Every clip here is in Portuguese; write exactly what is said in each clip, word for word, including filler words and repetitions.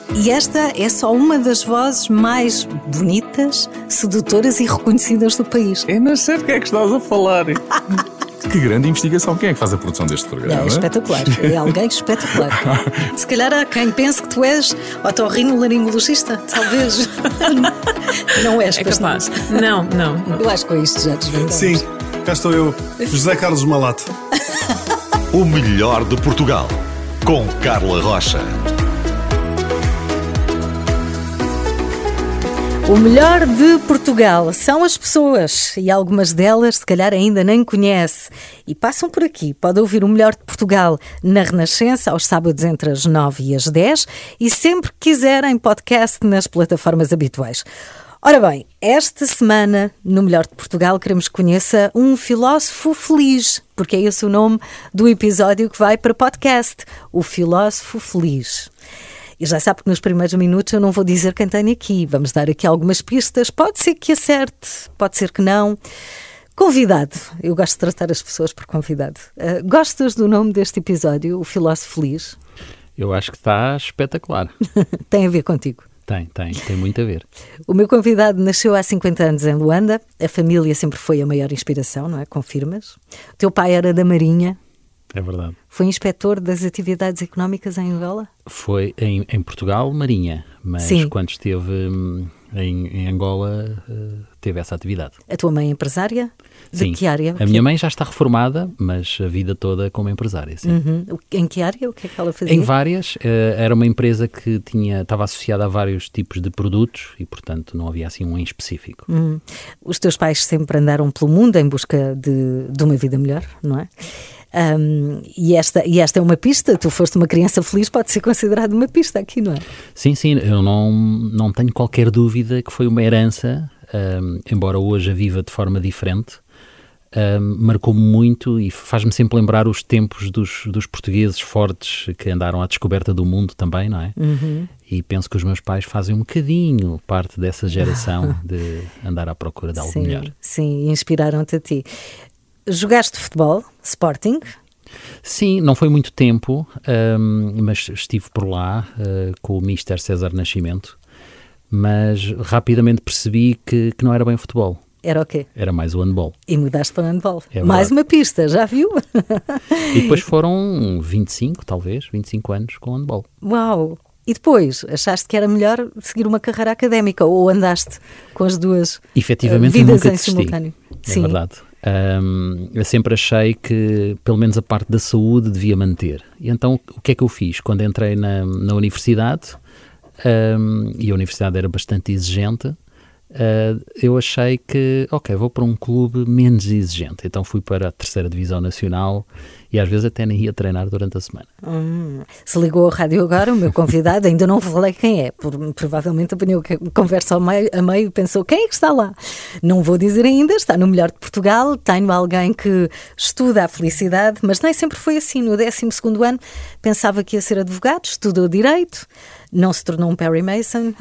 E esta é só uma das vozes mais bonitas, sedutoras e reconhecidas do país. Eu não sei do que é que estás a falar. Que grande investigação. Quem é que faz a produção deste programa? É espetacular. É alguém espetacular. Se calhar há quem pense que tu és otorrinolaringologista, talvez. Não és, é capaz. Não, não, não. Eu acho que com isto já desvendamos. Sim, cá estou eu, José Carlos Malato. O melhor de Portugal, com Carla Rocha. O melhor de Portugal são as pessoas e algumas delas se calhar ainda nem conhece e passam por aqui. Pode ouvir o melhor de Portugal na Renascença aos sábados entre as nove e as dez e sempre que quiserem podcast nas plataformas habituais. Ora bem, esta semana no Melhor de Portugal queremos que conheça um filósofo feliz, porque é esse o nome do episódio que vai para podcast, o Filósofo Feliz. E já sabe que nos primeiros minutos eu não vou dizer quem tenho aqui. Vamos dar aqui algumas pistas. Pode ser que acerte, pode ser que não. Convidado. Eu gosto de tratar as pessoas por convidado. Uh, gostas do nome deste episódio, o Filósofo Feliz? Eu acho que está espetacular. Tem a ver contigo? Tem, tem. Tem muito a ver. O meu convidado nasceu há cinquenta anos em Luanda. A família sempre foi a maior inspiração, não é? Confirmas? O teu pai era da Marinha. É verdade. Foi inspetor das atividades económicas em Angola? Foi em, em Portugal, Marinha, mas Sim. quando esteve hum, em, em Angola uh, teve essa atividade. A tua mãe é empresária? De Sim. que área? A minha mãe já está reformada, mas a vida toda como empresária, sim. Uhum. Em que área? O que é que ela fazia? Em várias. Uh, era uma empresa que tinha, estava associada a vários tipos de produtos e, portanto, não havia assim um em específico. Uhum. Os teus pais sempre andaram pelo mundo em busca de, de uma vida melhor, não é? Um, e, esta, e esta é uma pista, tu foste uma criança feliz, pode ser considerado uma pista aqui, não é? Sim, sim, eu não, não tenho qualquer dúvida que foi uma herança, um, embora hoje a viva de forma diferente, um, marcou-me muito e faz-me sempre lembrar os tempos dos, dos portugueses fortes que andaram à descoberta do mundo também, não é? Uhum. E penso que os meus pais fazem um bocadinho parte dessa geração de andar à procura de algo sim, melhor. Sim, inspiraram-te a ti. Jogaste futebol, Sporting? Sim, não foi muito tempo, um, mas estive por lá uh, com o mister César Nascimento, mas rapidamente percebi que, que não era bem o futebol. Era o quê? Era mais o handball. E mudaste para o handball. É mais uma pista, já viu? E depois foram vinte e cinco, talvez, vinte e cinco anos com o handball. Uau! E depois, achaste que era melhor seguir uma carreira académica ou andaste com as duas Efetivamente, uh, vidas nunca em desisti. simultâneo? É Sim. verdade. Um, eu sempre achei que pelo menos a parte da saúde devia manter. E então o que é que eu fiz? Quando entrei na, na universidade, um, e a universidade era bastante exigente, uh, eu achei que, ok, vou para um clube menos exigente. Então fui para a terceira divisão nacional e às vezes até nem ia treinar durante a semana. Hum, se ligou ao rádio agora, o meu convidado, ainda não falei quem é, por, provavelmente apanhou a conversa ao meio, a meio e pensou, quem é que está lá? Não vou dizer ainda, está no Melhor de Portugal, tenho alguém que estuda a felicidade, mas nem sempre foi assim. No décimo segundo ano pensava que ia ser advogado, estudou Direito, não se tornou um Perry Mason.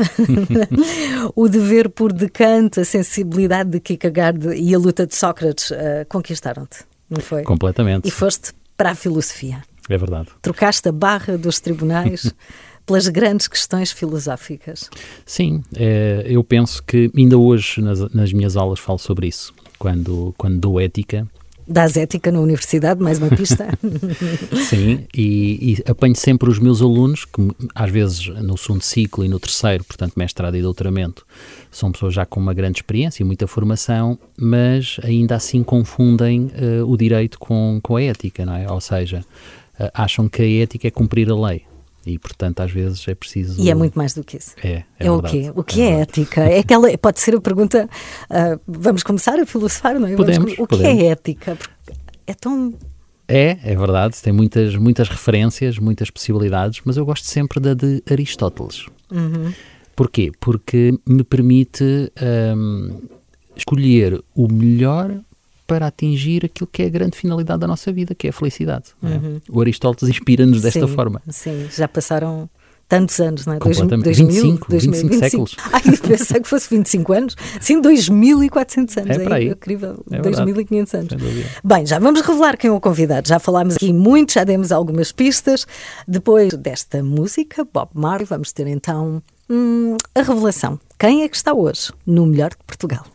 O dever por decanto, a sensibilidade de Kierkegaard e a luta de Sócrates uh, conquistaram-te, não foi? Completamente. E foste para a filosofia. É verdade. Trocaste a barra dos tribunais pelas grandes questões filosóficas. Sim, é, eu penso que ainda hoje nas, nas minhas aulas falo sobre isso, quando, quando dou ética. Dás ética na universidade, mais uma pista. Sim, e, e apanho sempre os meus alunos, que às vezes no segundo ciclo e no terceiro, portanto mestrado e doutoramento, são pessoas já com uma grande experiência e muita formação, mas ainda assim confundem uh, o direito com, com a ética, não é? Ou seja, uh, acham que a ética é cumprir a lei. E, portanto, às vezes é preciso... E é muito mais do que isso. É, é, é o verdade. quê? O que é, é ética? É aquela, pode ser a pergunta... Uh, vamos começar a filosofar, não é? Podemos, vamos, o podemos. que é ética? Porque é tão... É, é verdade. Tem muitas, muitas referências, muitas possibilidades, mas eu gosto sempre da de Aristóteles. Uhum. Porquê? Porque me permite um, escolher o melhor para atingir aquilo que é a grande finalidade da nossa vida, que é a felicidade. Uhum. É? O Aristóteles inspira-nos desta sim, forma. Sim, já passaram Tantos anos, não é? Completamente. dois mil, vinte e cinco, dois mil, vinte e cinco séculos. Ai, eu pensei que fosse vinte e cinco anos. Sim, dois mil e quatrocentos anos. É para aí. É incrível. É dois mil e quinhentos anos. Sem dúvida. Bem, já vamos revelar quem é o convidado. Já falámos aqui muito, já demos algumas pistas. Depois desta música, Bob Marley, vamos ter então hum, a revelação. Quem é que está hoje no Melhor de Portugal?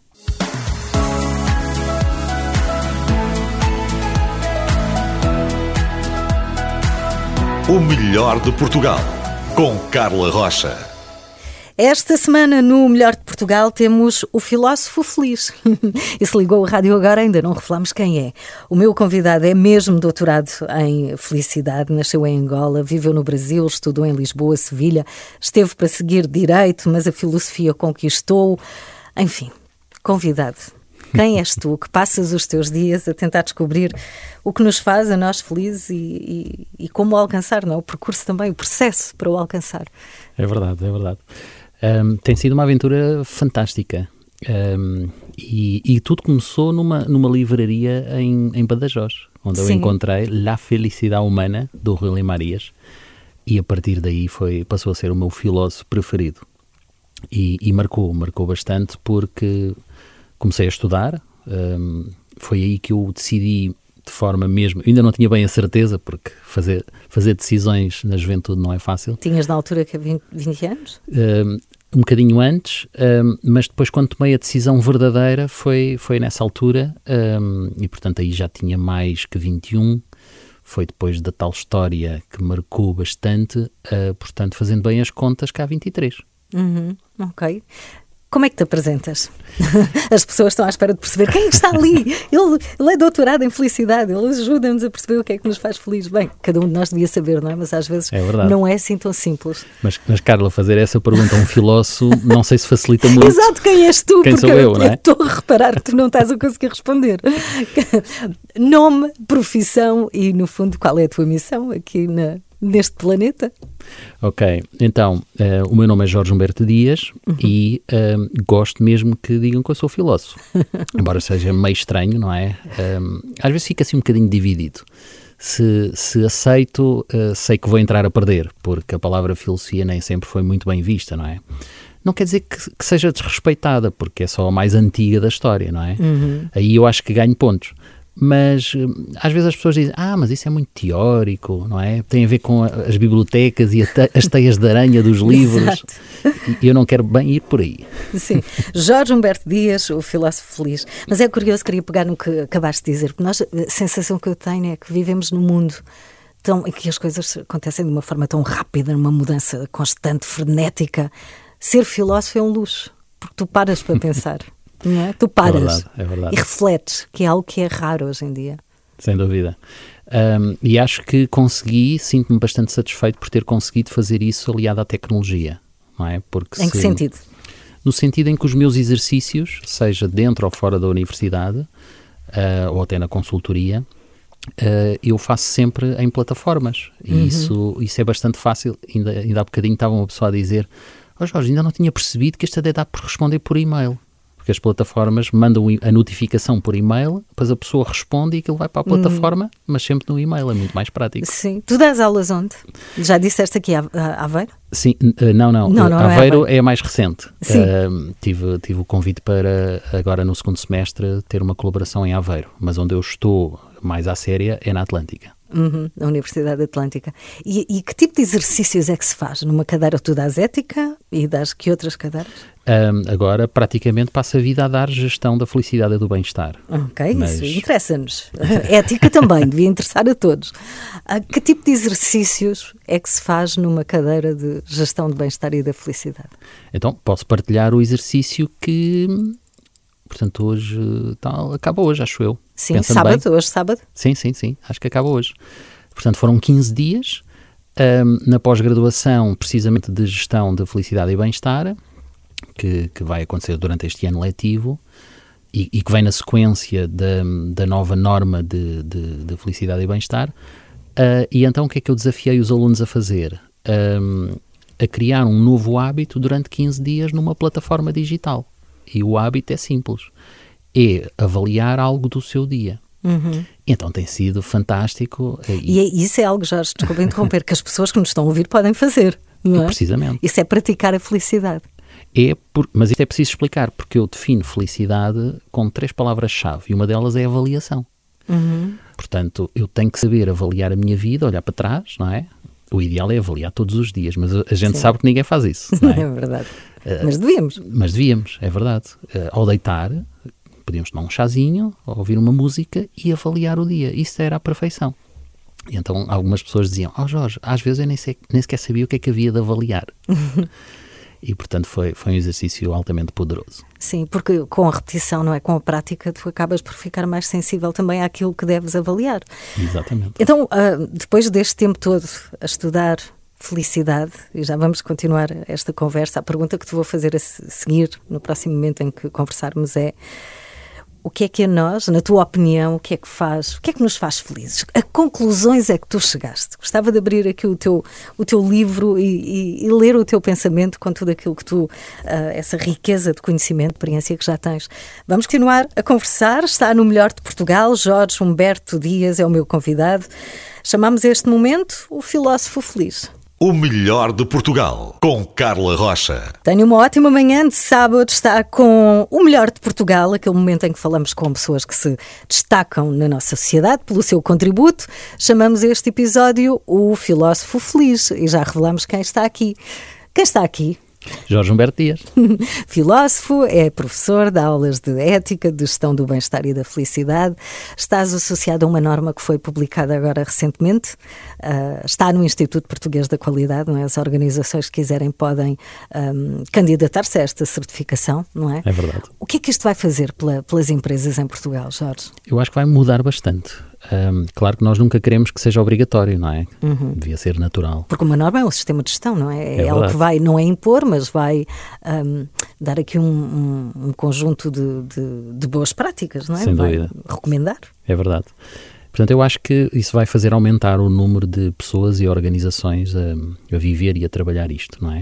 O melhor de Portugal, com Carla Rocha. Esta semana, no Melhor de Portugal, temos o filósofo feliz. E se ligou o rádio agora, ainda não revelamos quem é. O meu convidado é mesmo doutorado em felicidade, nasceu em Angola, viveu no Brasil, estudou em Lisboa, Sevilha, esteve para seguir direito, mas a filosofia conquistou. Enfim, convidado. Quem és tu que passas os teus dias a tentar descobrir o que nos faz a nós felizes e, e, e como o alcançar, não é? O percurso também, o processo para o alcançar. É verdade, é verdade. Um, tem sido uma aventura fantástica. Um, e, e tudo começou numa, numa livraria em, em Badajoz, onde Sim. eu encontrei La Felicidade Humana, do Rui Marias, e a partir daí foi, passou a ser o meu filósofo preferido. E, e marcou, marcou bastante porque comecei a estudar, um, foi aí que eu decidi de forma mesmo, ainda não tinha bem a certeza, porque fazer, fazer decisões na juventude não é fácil. Tinhas na altura que vinte, vinte anos? Um, um bocadinho antes, um, mas depois quando tomei a decisão verdadeira foi, foi nessa altura, um, e portanto aí já tinha mais que vinte e um, foi depois da tal história que marcou bastante, uh, portanto fazendo bem as contas cá há vinte e três. Uhum, ok. Como é que te apresentas? As pessoas estão à espera de perceber quem é que está ali. Ele, ele é doutorado em felicidade, ele ajuda-nos a perceber o que é que nos faz felizes. Bem, cada um de nós devia saber, não é? Mas às vezes é não é assim tão simples. Mas, mas Carla, fazer essa pergunta a um filósofo não sei se facilita muito. Exato, quem és tu? Quem Porque sou eu, não é? Estou a reparar que tu não estás a conseguir responder. Nome, profissão e, no fundo, qual é a tua missão aqui na... neste planeta? Ok, então, uh, o meu nome é Jorge Humberto Dias uhum. e uh, gosto mesmo que digam que eu sou filósofo. Embora seja meio estranho, não é? Um, às vezes fica assim um bocadinho dividido. Se, se aceito, uh, sei que vou entrar a perder, porque a palavra filosofia nem sempre foi muito bem vista, não é? Não quer dizer que, que seja desrespeitada, porque é só a mais antiga da história, não é? Uhum. Aí eu acho que ganho pontos. Mas às vezes as pessoas dizem, ah, mas isso é muito teórico, não é? Tem a ver com a, as bibliotecas e a te, as teias de aranha dos livros. Exato. E eu não quero bem ir por aí. Sim. Jorge Humberto Dias, o filósofo feliz. Mas é curioso, queria pegar no que acabaste de dizer, porque nós, a sensação que eu tenho é que vivemos num mundo tão, em que as coisas acontecem de uma forma tão rápida, numa mudança constante, frenética. Ser filósofo é um luxo, porque tu paras para pensar. Não é? Tu paras é verdade, é verdade. E refletes, que é algo que é raro hoje em dia. Sem dúvida. Um, e acho que consegui, sinto-me bastante satisfeito por ter conseguido fazer isso aliado à tecnologia. Não é? Porque em se, que sentido? No sentido em que os meus exercícios, seja dentro ou fora da universidade, uh, ou até na consultoria, uh, eu faço sempre em plataformas. E uhum. isso, isso é bastante fácil. Ainda, ainda há bocadinho estava uma pessoa a dizer, ó oh Jorge, ainda não tinha percebido que isto até dá por responder por e-mail. Porque as plataformas mandam a notificação por e-mail, depois a pessoa responde e aquilo vai para a plataforma, hum. mas sempre no e-mail, é muito mais prático. Sim. Tu dás aulas onde? Já disseste aqui a Aveiro? Sim, não, não. não, não Aveiro, é, Aveiro é a mais recente. Sim. Uh, tive, tive o convite para, agora no segundo semestre, ter uma colaboração em Aveiro, mas onde eu estou mais à séria é na Atlântica. Uhum, na Universidade Atlântica. E, e que tipo de exercícios é que se faz? Numa cadeira tu dás ética e dás que outras cadeiras? Um, agora praticamente passa a vida a dar gestão da felicidade e do bem-estar. Ok, Mas... isso interessa-nos. Ética também, devia interessar a todos. Que tipo de exercícios é que se faz numa cadeira de gestão de bem-estar e da felicidade? Então, posso partilhar o exercício que... Portanto, hoje, tal, acaba hoje, acho eu. Sim, Pensando sábado, bem. hoje sábado. Sim, sim, sim, acho que acaba hoje. Portanto, foram quinze dias um, na pós-graduação, precisamente de gestão de felicidade e bem-estar, que, que vai acontecer durante este ano letivo e, e que vem na sequência da, da nova norma de, de, de felicidade e bem-estar. Uh, e então, o que é que eu desafiei os alunos a fazer? Um, a criar um novo hábito durante quinze dias numa plataforma digital. E o hábito é simples, é avaliar algo do seu dia. Uhum. Então tem sido fantástico. E, e isso é algo, Jorge, desculpa interromper, que as pessoas que nos estão a ouvir podem fazer. não é? Precisamente. Isso é praticar a felicidade. É por, mas isto é preciso explicar, porque eu defino felicidade com três palavras-chave e uma delas é avaliação. Uhum. Portanto, eu tenho que saber avaliar a minha vida, olhar para trás, não é? O ideal é avaliar todos os dias, mas a gente Sim. sabe que ninguém faz isso, não é? É verdade. Uh, mas devíamos. Mas devíamos, é verdade. Uh, ao deitar, podíamos tomar um chazinho, ouvir uma música e avaliar o dia. Isso era a perfeição. E então algumas pessoas diziam, ó oh, Jorge, às vezes eu nem, sei, nem sequer sabia o que é que havia de avaliar. E, portanto, foi, foi um exercício altamente poderoso. Sim, porque com a repetição, não é? Com a prática, tu acabas por ficar mais sensível também àquilo que deves avaliar. Exatamente. Então, uh, depois deste tempo todo a estudar felicidade, e já vamos continuar esta conversa, a pergunta que te vou fazer a seguir, no próximo momento em que conversarmos, é: o que é que a nós, na tua opinião, o que é que faz, o que é que nos faz felizes? A conclusões é que tu chegaste? Gostava de abrir aqui o teu, o teu livro e, e, e ler o teu pensamento com tudo aquilo que tu, uh, essa riqueza de conhecimento, de experiência que já tens. Vamos continuar a conversar. Está no Melhor de Portugal. Jorge Humberto Dias é o meu convidado. Chamamos este momento o Filósofo Feliz. O Melhor de Portugal, com Carla Rocha. Tenho uma ótima manhã de sábado, está com o Melhor de Portugal, aquele momento em que falamos com pessoas que se destacam na nossa sociedade pelo seu contributo. Chamamos este episódio o Filósofo Feliz e já revelamos quem está aqui. Quem está aqui? Jorge Humberto Dias. Filósofo, é professor, dá aulas de ética, de gestão do bem-estar e da felicidade. Estás associado a uma norma que foi publicada agora recentemente. Uh, está no Instituto Português da Qualidade, não é? As organizações que quiserem podem um, candidatar-se a esta certificação, não é? É verdade. O que é que isto vai fazer pela, pelas empresas em Portugal, Jorge? Eu acho que vai mudar bastante. Um, claro que nós nunca queremos que seja obrigatório, não é? Uhum. Devia ser natural. Porque uma norma é um sistema de gestão, não é? É, é algo verdade. que vai, não é impor, mas vai um, dar aqui um, um, um conjunto de, de, de boas práticas, não é? Sem vai dúvida. recomendar. É verdade. Portanto, eu acho que isso vai fazer aumentar o número de pessoas e organizações a, a viver e a trabalhar isto, não é?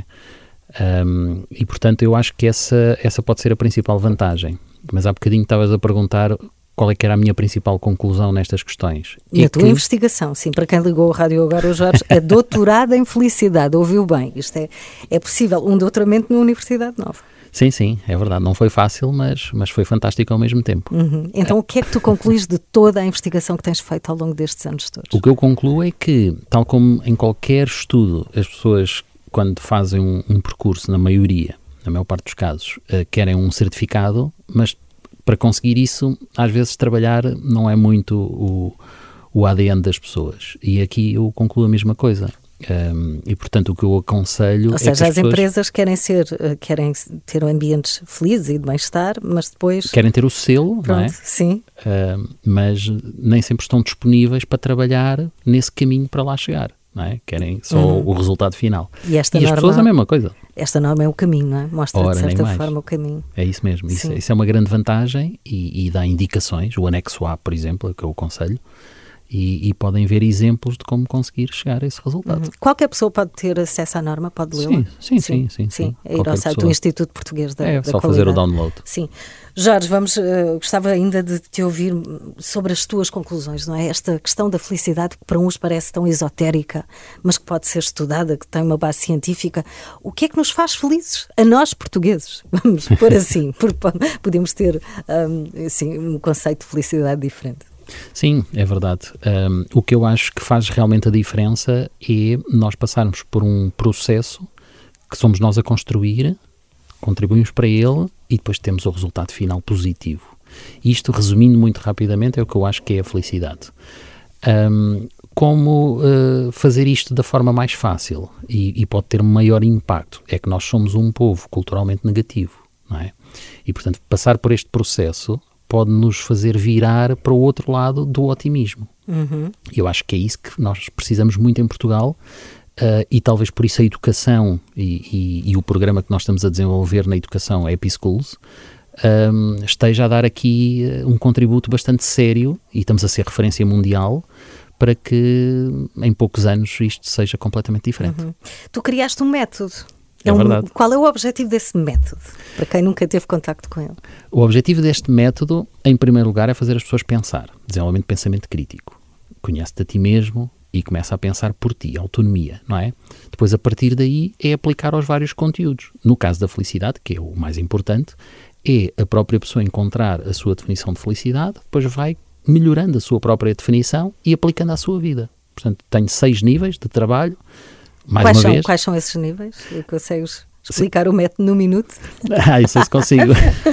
Um, e, portanto, eu acho que essa, essa pode ser a principal vantagem. Mas há bocadinho estavas a perguntar qual é que era a minha principal conclusão nestas questões. E, e a tua que... investigação, sim, para quem ligou o rádio agora, o Jorge é doutorado em felicidade, ouviu bem, isto é, é possível, um doutoramento na Universidade Nova. Sim, sim, é verdade, não foi fácil, mas, mas foi fantástico ao mesmo tempo. Uhum. Então, é. O que é que tu concluís de toda a investigação que tens feito ao longo destes anos todos? O que eu concluo é que, tal como em qualquer estudo, as pessoas, quando fazem um, um percurso, na maioria, na maior parte dos casos, uh, querem um certificado, mas para conseguir isso, às vezes trabalhar não é muito o, o A D N das pessoas. E aqui eu concluo a mesma coisa. Um, e, portanto, o que eu aconselho... Ou seja, é que as, as pessoas empresas querem, ser, querem ter ambientes felizes e de bem-estar, mas depois... Querem ter o selo, Pronto, não é? Sim. Uh, mas nem sempre estão disponíveis para trabalhar nesse caminho para lá chegar. Não é? Querem só uhum. o resultado final. E, esta e norma, as pessoas a mesma coisa. Esta norma é o caminho, não é? Mostra Ora, de certa forma o caminho. É isso mesmo. Isso, isso é uma grande vantagem e, e dá indicações. O anexo A, por exemplo, é que eu aconselho. E, e podem ver exemplos de como conseguir chegar a esse resultado. Uhum. Qualquer pessoa pode ter acesso à norma, pode lê-la? Sim, sim, sim. sim, sim, sim. É ir ao site do Instituto Português da, é, da só Qualidade. fazer o download. Sim. Jorge, vamos, uh, gostava ainda de te ouvir sobre as tuas conclusões, não é? Esta questão da felicidade que para uns parece tão esotérica, mas que pode ser estudada, que tem uma base científica. O que é que nos faz felizes? A nós, portugueses. Vamos pôr assim, porque podemos ter um, assim, um conceito de felicidade diferente. Sim, é verdade. Um, o que eu acho que faz realmente a diferença é nós passarmos por um processo que somos nós a construir, contribuímos para ele e depois temos o resultado final positivo. Isto, resumindo muito rapidamente, é o que eu acho que é a felicidade. Um, como uh, fazer isto da forma mais fácil e, e pode ter um maior impacto? É que nós somos um povo culturalmente negativo, não é? E, portanto, passar por este processo pode nos fazer virar para o outro lado do otimismo. Uhum. Eu acho que é isso que nós precisamos muito em Portugal uh, e talvez por isso a educação e, e, e o programa que nós estamos a desenvolver na educação, a Happy Schools, um, esteja a dar aqui um contributo bastante sério e estamos a ser referência mundial para que em poucos anos isto seja completamente diferente. Uhum. Tu criaste um método. É um, verdade. Qual é o objetivo desse método, para quem nunca teve contacto com ele? O objetivo deste método, em primeiro lugar, é fazer as pessoas pensar. Desenvolvimento de pensamento crítico. Conhece-te a ti mesmo e começa a pensar por ti, autonomia, não é? Depois, a partir daí, é aplicar aos vários conteúdos. No caso da felicidade, que é o mais importante, é a própria pessoa encontrar a sua definição de felicidade, depois vai melhorando a sua própria definição e aplicando à sua vida. Portanto, tenho seis níveis de trabalho, mais quais uma são, vez. Quais são esses níveis? Consegues explicar Sim. o método num minuto? Ah, isso se consigo.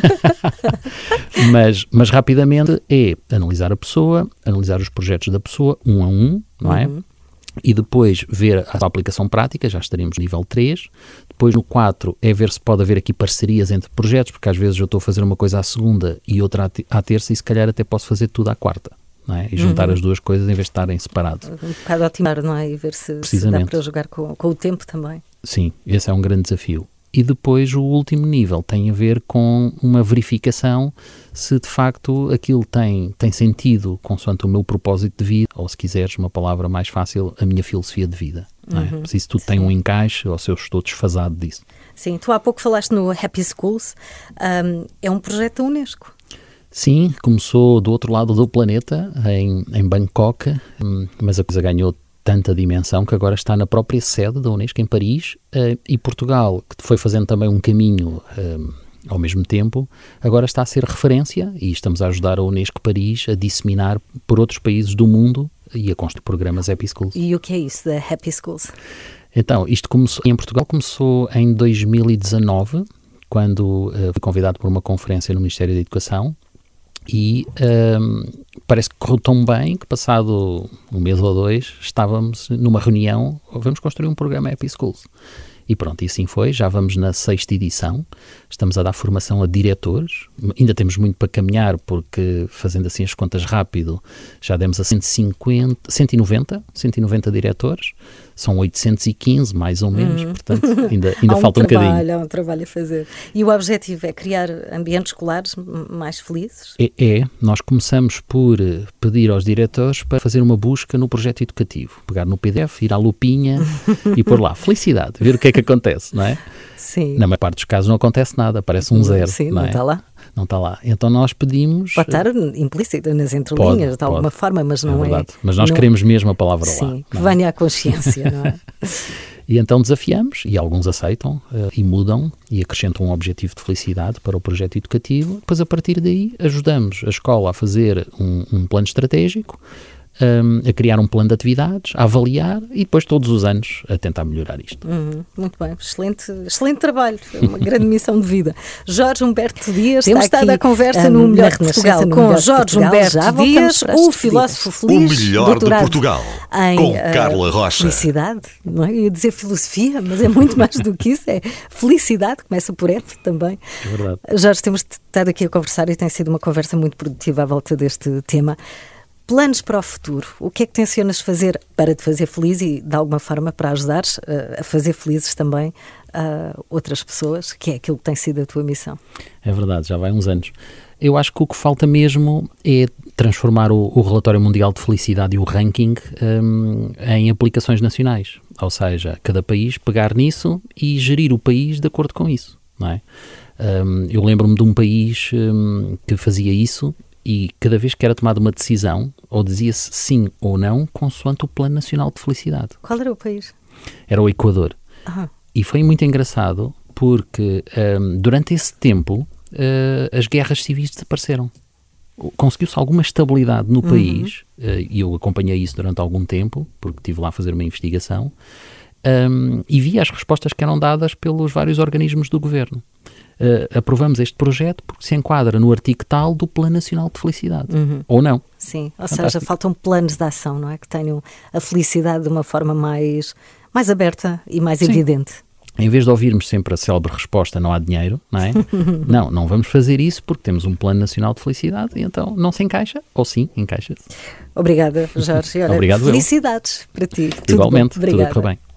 mas, mas rapidamente é analisar a pessoa, analisar os projetos da pessoa, um a um, não é? Uhum. E depois ver a aplicação prática, já estaríamos no nível três. Depois no quatro é ver se pode haver aqui parcerias entre projetos, porque às vezes eu estou a fazer uma coisa à segunda e outra à terça e se calhar até posso fazer tudo à quarta. Não é? E juntar uhum. as duas coisas em vez de estarem separados. Um bocado otimar, não é? E ver se, se dá para jogar com, com o tempo também. Sim, esse é um grande desafio. E depois o último nível tem a ver com uma verificação se de facto aquilo tem, tem sentido consoante o meu propósito de vida, ou se quiseres uma palavra mais fácil, a minha filosofia de vida. Não é? Uhum. Se isso tudo Sim. tem um encaixe ou se eu estou desfasado disso. Sim, tu há pouco falaste no Happy Schools, um, é um projeto da Unesco. Sim, começou do outro lado do planeta, em, em Bangkok, mas a coisa ganhou tanta dimensão que agora está na própria sede da Unesco em Paris, uh, e Portugal, que foi fazendo também um caminho uh, ao mesmo tempo, agora está a ser referência e estamos a ajudar a Unesco Paris a disseminar por outros países do mundo e a construir programas Happy Schools. E o que é isso da Happy Schools? Então, isto começou, em Portugal começou em dois mil e dezanove, quando uh, fui convidado por uma conferência no Ministério da Educação. E um, parece que correu tão bem que passado um mês ou dois estávamos numa reunião, vamos construir um programa Happy Schools. E pronto, e assim foi, já vamos na sexta edição, estamos a dar formação a diretores, ainda temos muito para caminhar porque, fazendo assim as contas rápido, já demos a cento e cinquenta, cento e noventa, cento e noventa diretores, são oitocentos e quinze mais ou menos, uhum. portanto ainda, ainda há um falta um trabalho, bocadinho. Há um trabalho a fazer. E o objetivo é criar ambientes escolares mais felizes? É, é, nós começamos por pedir aos diretores para fazer uma busca no projeto educativo, pegar no P D F, ir à lupinha e pôr lá felicidade, ver o que é que acontece, não é? Sim. Na maior parte dos casos não acontece nada, aparece um zero. Sim, não, não é? está lá. Não está lá. Então nós pedimos... Pode estar implícita nas entrelinhas, pode, de alguma pode. forma, mas não é... É verdade. Mas nós não... queremos mesmo a palavra Sim, lá. Sim, que venha à consciência, não é? E então desafiamos, e alguns aceitam uh, e mudam e acrescentam um objetivo de felicidade para o projeto educativo. Depois, a partir daí, ajudamos a escola a fazer um, um plano estratégico, um, a criar um plano de atividades, a avaliar e depois todos os anos a tentar melhorar isto. Uhum, muito bem, excelente, excelente trabalho, é uma grande missão de vida. Jorge Humberto Dias, temos estado a conversa um, no Melhor de Portugal com melhor Jorge Portugal. Humberto Já Dias, o filósofo feliz, o melhor de Portugal, em, com uh, Carla Rocha. Felicidade, não é? Eu ia dizer filosofia, mas é muito mais do que isso, é felicidade, começa por F também. É verdade. Jorge, temos estado aqui a conversar e tem sido uma conversa muito produtiva à volta deste tema. Planos para o futuro. O que é que tencionas fazer para te fazer feliz e, de alguma forma, para ajudares uh, a fazer felizes também uh, outras pessoas, que é aquilo que tem sido a tua missão? É verdade, já vai uns anos. Eu acho que o que falta mesmo é transformar o, o Relatório Mundial de Felicidade e o ranking um, em aplicações nacionais. Ou seja, cada país pegar nisso e gerir o país de acordo com isso, não é? Um, eu lembro-me de um país um, que fazia isso. E cada vez que era tomada uma decisão, ou dizia-se sim ou não, consoante o Plano Nacional de Felicidade. Qual era o país? Era o Equador. Aham. E foi muito engraçado porque um, durante esse tempo uh, as guerras civis desapareceram. Conseguiu-se alguma estabilidade no país, uhum. uh, e eu acompanhei isso durante algum tempo, porque estive lá a fazer uma investigação, um, e vi as respostas que eram dadas pelos vários organismos do governo. Uh, aprovamos este projeto porque se enquadra no artigo tal do Plano Nacional de Felicidade. Uhum. Ou não. Sim, ou Fantástico. Seja, faltam planos de ação, não é? Que tenham a felicidade de uma forma mais, mais aberta e mais Sim. evidente. Em vez de ouvirmos sempre a célebre resposta não há dinheiro, não é? não, não vamos fazer isso porque temos um Plano Nacional de Felicidade e então não se encaixa, ou sim, encaixa-se. Obrigada, Jorge. Olha, Obrigado, felicidades eu. Para ti. Igualmente, tudo, tudo corre bem.